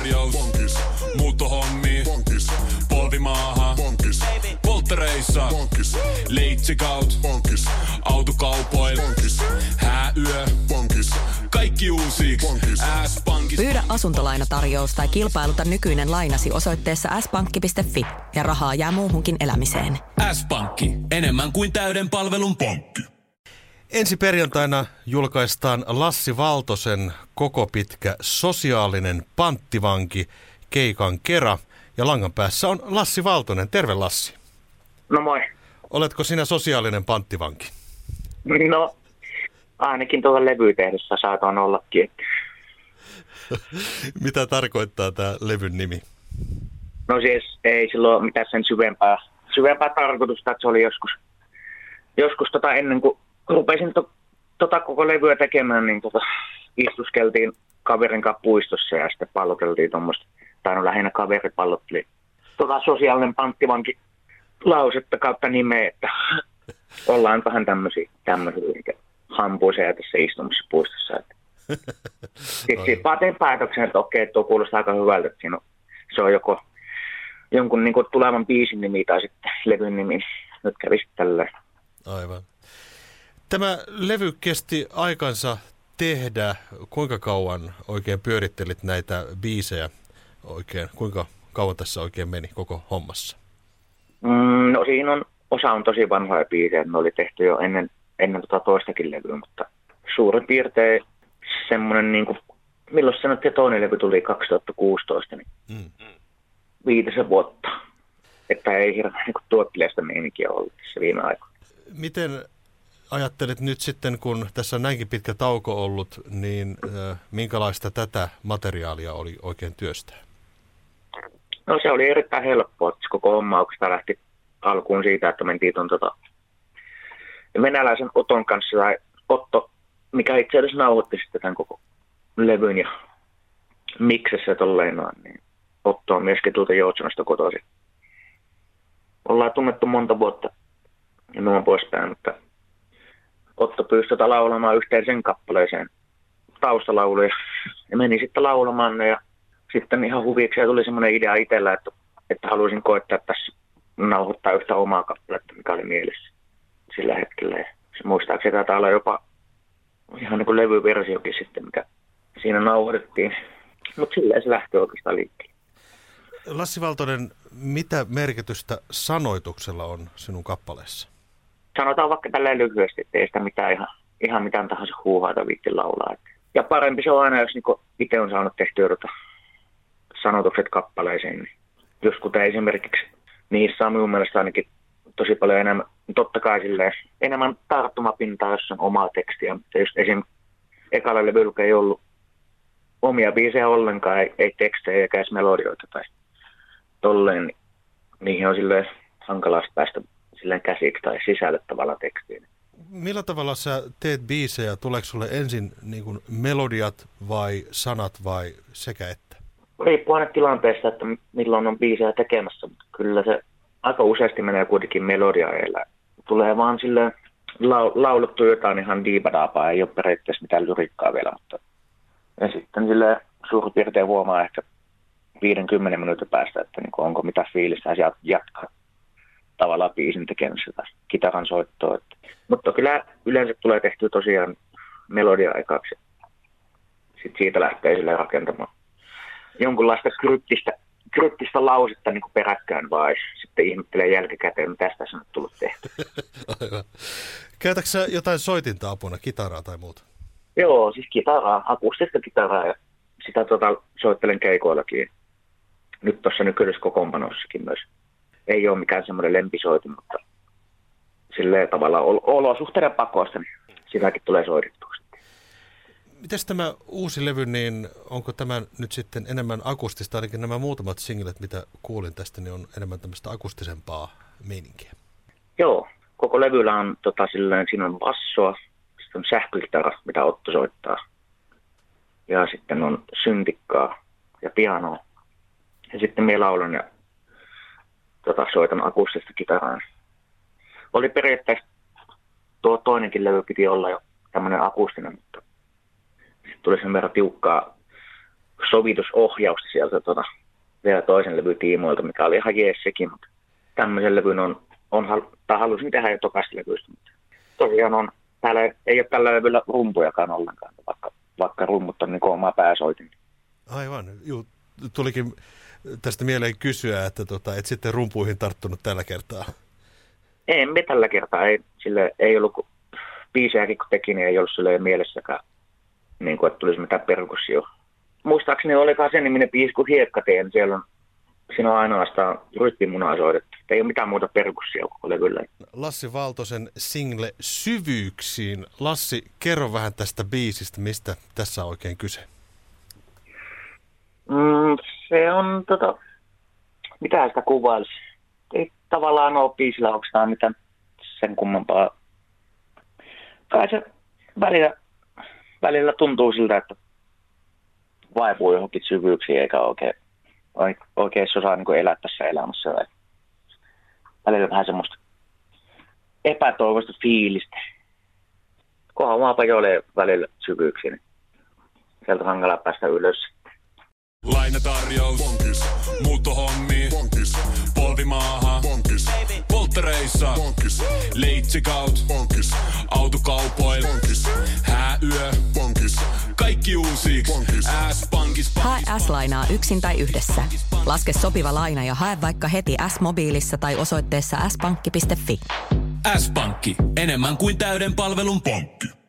tarjous. Bonkis. Muuttohommi. Bonkis. Polvimaaha. Bonkis. Polttereissa. Bonkis. Leitsikaut. Bonkis. Autokaupoil. Bonkis. Hääyö. Bonkis. Kaikki uusiiksi. S-pankki. Pyydä asuntolainatarjous tai kilpailuta nykyinen lainasi osoitteessa s-pankki.fi ja rahaa jää muuhunkin elämiseen. S-pankki. Enemmän kuin täyden palvelun pankki. Ensi perjantaina julkaistaan Lassi Valtosen koko pitkä Sosiaalinen panttivanki keikan kera. Ja langan päässä on Lassi Valtonen. Terve Lassi. No moi. Oletko sinä sosiaalinen panttivanki? No, ainakin tuohon levytehdessä saatoin ollakin. Mitä tarkoittaa tämä levyn nimi? No siis ei silloin mitään sen syvempää tarkoitusta, että se oli joskus ennen kuin rupesin koko levyä tekemään, niin istuskeltiin kaverin kanssa puistossa ja sitten palloteltiin tuommoista, tai no lähinnä kaveri pallotteli sosiaalinen panttivanki lausetta kautta nimeä, että ollaan vähän tämmöisiä hampuisia tässä istumassa puistossa. Sitten vaan tein päätöksen, että okei, tuo kuulostaa aika hyvältä, että se on joko jonkun niin kuin tulevan biisin nimi tai sitten levyn nimi. Nyt kävisi tälleen. Aivan. Tämä levy kesti aikansa tehdä. Kuinka kauan oikein pyörittelit näitä biisejä oikein? Kuinka kauan tässä oikein meni koko hommassa? No siinä osa on tosi vanhoja biisejä. Ne oli tehty jo ennen toistakin levyä, mutta suurin piirtein semmoinen, niin kuin, milloin se nyt toinen levy tuli 2016, niin 5 vuotta. Että ei hirveän niin tuottelijasta meininkiä ollut tässä viime aikoina. Miten ajattelet nyt sitten, kun tässä on näinkin pitkä tauko ollut, niin minkälaista tätä materiaalia oli oikein työstää? No se oli erittäin helppoa, että koko homma oikeastaan lähti alkuun siitä, että mentiin tuon venäläisen Oton kanssa, tai Otto, mikä itse asiassa nauhoitti sitten tämän koko levyn ja miksessä tolleen noin, niin Otto on myöskin tuolta Joutsenasta kotoisin. Ollaan tunnettu monta vuotta ja noin poispäin, mutta Otto pyysi laulamaan yhteen sen kappaleeseen taustalauluja ja meni sitten laulamaan ne ja sitten ihan huviksi ja tuli semmoinen idea itsellä, että haluaisin koettaa tässä nauhoittaa yhtä omaa kappaletta, mikä oli mielessä sillä hetkellä. Ja se muistaakseni taitaa olla jopa ihan niin kuin levyversiokin sitten, mikä siinä nauhoitettiin. Mutta silleen se lähti oikeastaan liikkeelle. Lassi Valtonen, mitä merkitystä sanoituksella on sinun kappaleessa? Sanotaan vaikka tälleen lyhyesti, että ei sitä mitään ihan mitään tahansa huuhaata viitti laulaa. Ja parempi se on aina, jos niinku itse on saanut tehtyä sanotukset kappaleisiin. Niin jos kuten esimerkiksi niissä on minun mielestä ainakin tosi paljon enemmän, totta kai enemmän tarttumapintaa, jos on omaa tekstiä. Mutta just esim. Ekalla levyllä ei ollut omia biisejä ollenkaan, ei tekstejä eikä edes melodioita tai tolleen, niin niihin on silleen hankalaa päästä silleen käsiksi tai sisälle tavallaan tekstiin. Millä tavalla sä teet biisejä? Tuleeko sulle ensin niin kuin melodiat vai sanat vai sekä että? Riippuu aina tilanteesta, että milloin on biisejä tekemässä, mutta kyllä se aika useasti menee kuitenkin melodia edellä. Tulee vaan silleen laulettu jotain ihan diipadaapaa, ei ole periaatteessa mitään lyrikkaa vielä, mutta ja sitten silleen suurin piirtein huomaa ehkä 5-10 minuutin päästä, että niin onko mitä fiilistä ja jatkaa tavallaan biisin tekemässä tai kitaran soittoa. Mutta kyllä yleensä tulee tehtyä tosiaan melodia-aikaksi. Sitten siitä lähtee silleen rakentamaan jonkunlaista kryptistä lausetta niin kuin peräkkäin vai sitten ihmettelee jälkikäteen, mitä tästä on tullut tehty. Aivan. Käytätkö sä jotain soitinta apuna, kitaraa tai muuta? Joo, siis kitaraa, akustista kitaraa ja sitä soittelen keikoillakin. Nyt tuossa nykyisessä kokoonpanossakin myös. Ei ole mikään semmoinen lempisoitin, mutta silleen tavallaan olosuhteiden pakosta, niin sitäkin tulee soitettua. Mites tämä uusi levy, niin onko tämä nyt sitten enemmän akustista? Ainakin nämä muutamat singlet, mitä kuulin tästä, niin on enemmän tämmöistä akustisempaa meininkiä. Joo, koko levyllä on silleen, siinä on bassoa, sitten on sähkökitara, mitä Otto soittaa. Ja sitten on syntikkaa ja pianoa. Ja sitten minä laulan ja soitan akustista kitaraa. Oli periaatteessa tuo toinenkin levy piti olla jo tämmöinen akustinen, mutta sitten tuli sen verran tiukkaa sovitusohjausta sieltä vielä toisen levyn tiimoilta, mikä oli ihan jees sekin, mutta tämmöisen levyn halusin tehdä jo tokasta levystä. Tosiaan täällä ei ole tällä levyllä rumpujakaan ollenkaan, vaikka rummut on niin omaa pääsoitin. Aivan, juu, tulikin tästä mieleen kysyä, että et sitten rumpuihin tarttunut tällä kertaa. Emme tällä kertaa, ei ollut, biisejäkin kun teki, niin ei ollut silleen mielessäkään, niin kuin, että tulisi mitään perkussio. Muistaakseni olikaan sen niminen biisi kuin Hiekkateen, siinä on ainoastaan rytmimunaa soitettu. Ei ole mitään muuta perkussia koko levyllä. Lassi Valtosen single Syvyyksiin. Lassi, kerro vähän tästä biisistä, mistä tässä on oikein kyse? Se on mitä sitä kuvailisi. Ei tavallaan ole biisillä oikeastaan mitään sen kummempaa. Kai se välillä tuntuu siltä, että vaipuu johonkin syvyyksiin eikä oikein osaa niin kuin elää tässä elämässä. Välillä vähän semmoista epätoivoista fiilistä. Kunhan vaan pajoilee välillä syvyyksiin, niin sieltä on hankala päästä ylös. Lainatarjous, bonkis. Muuttohommi, bonkis. Polvimaaha, bonkis. Polttereissa, bonkis. Leitsikaut, bonkis. Autokaupoil, bonkis. Hääyö, bonkis. Kaikki uusiiksi, S-pankis. Hae S-lainaa yksin tai yhdessä. Laske sopiva laina ja hae vaikka heti S-mobiilissa tai osoitteessa s-pankki.fi. S-pankki, enemmän kuin täyden palvelun pankki.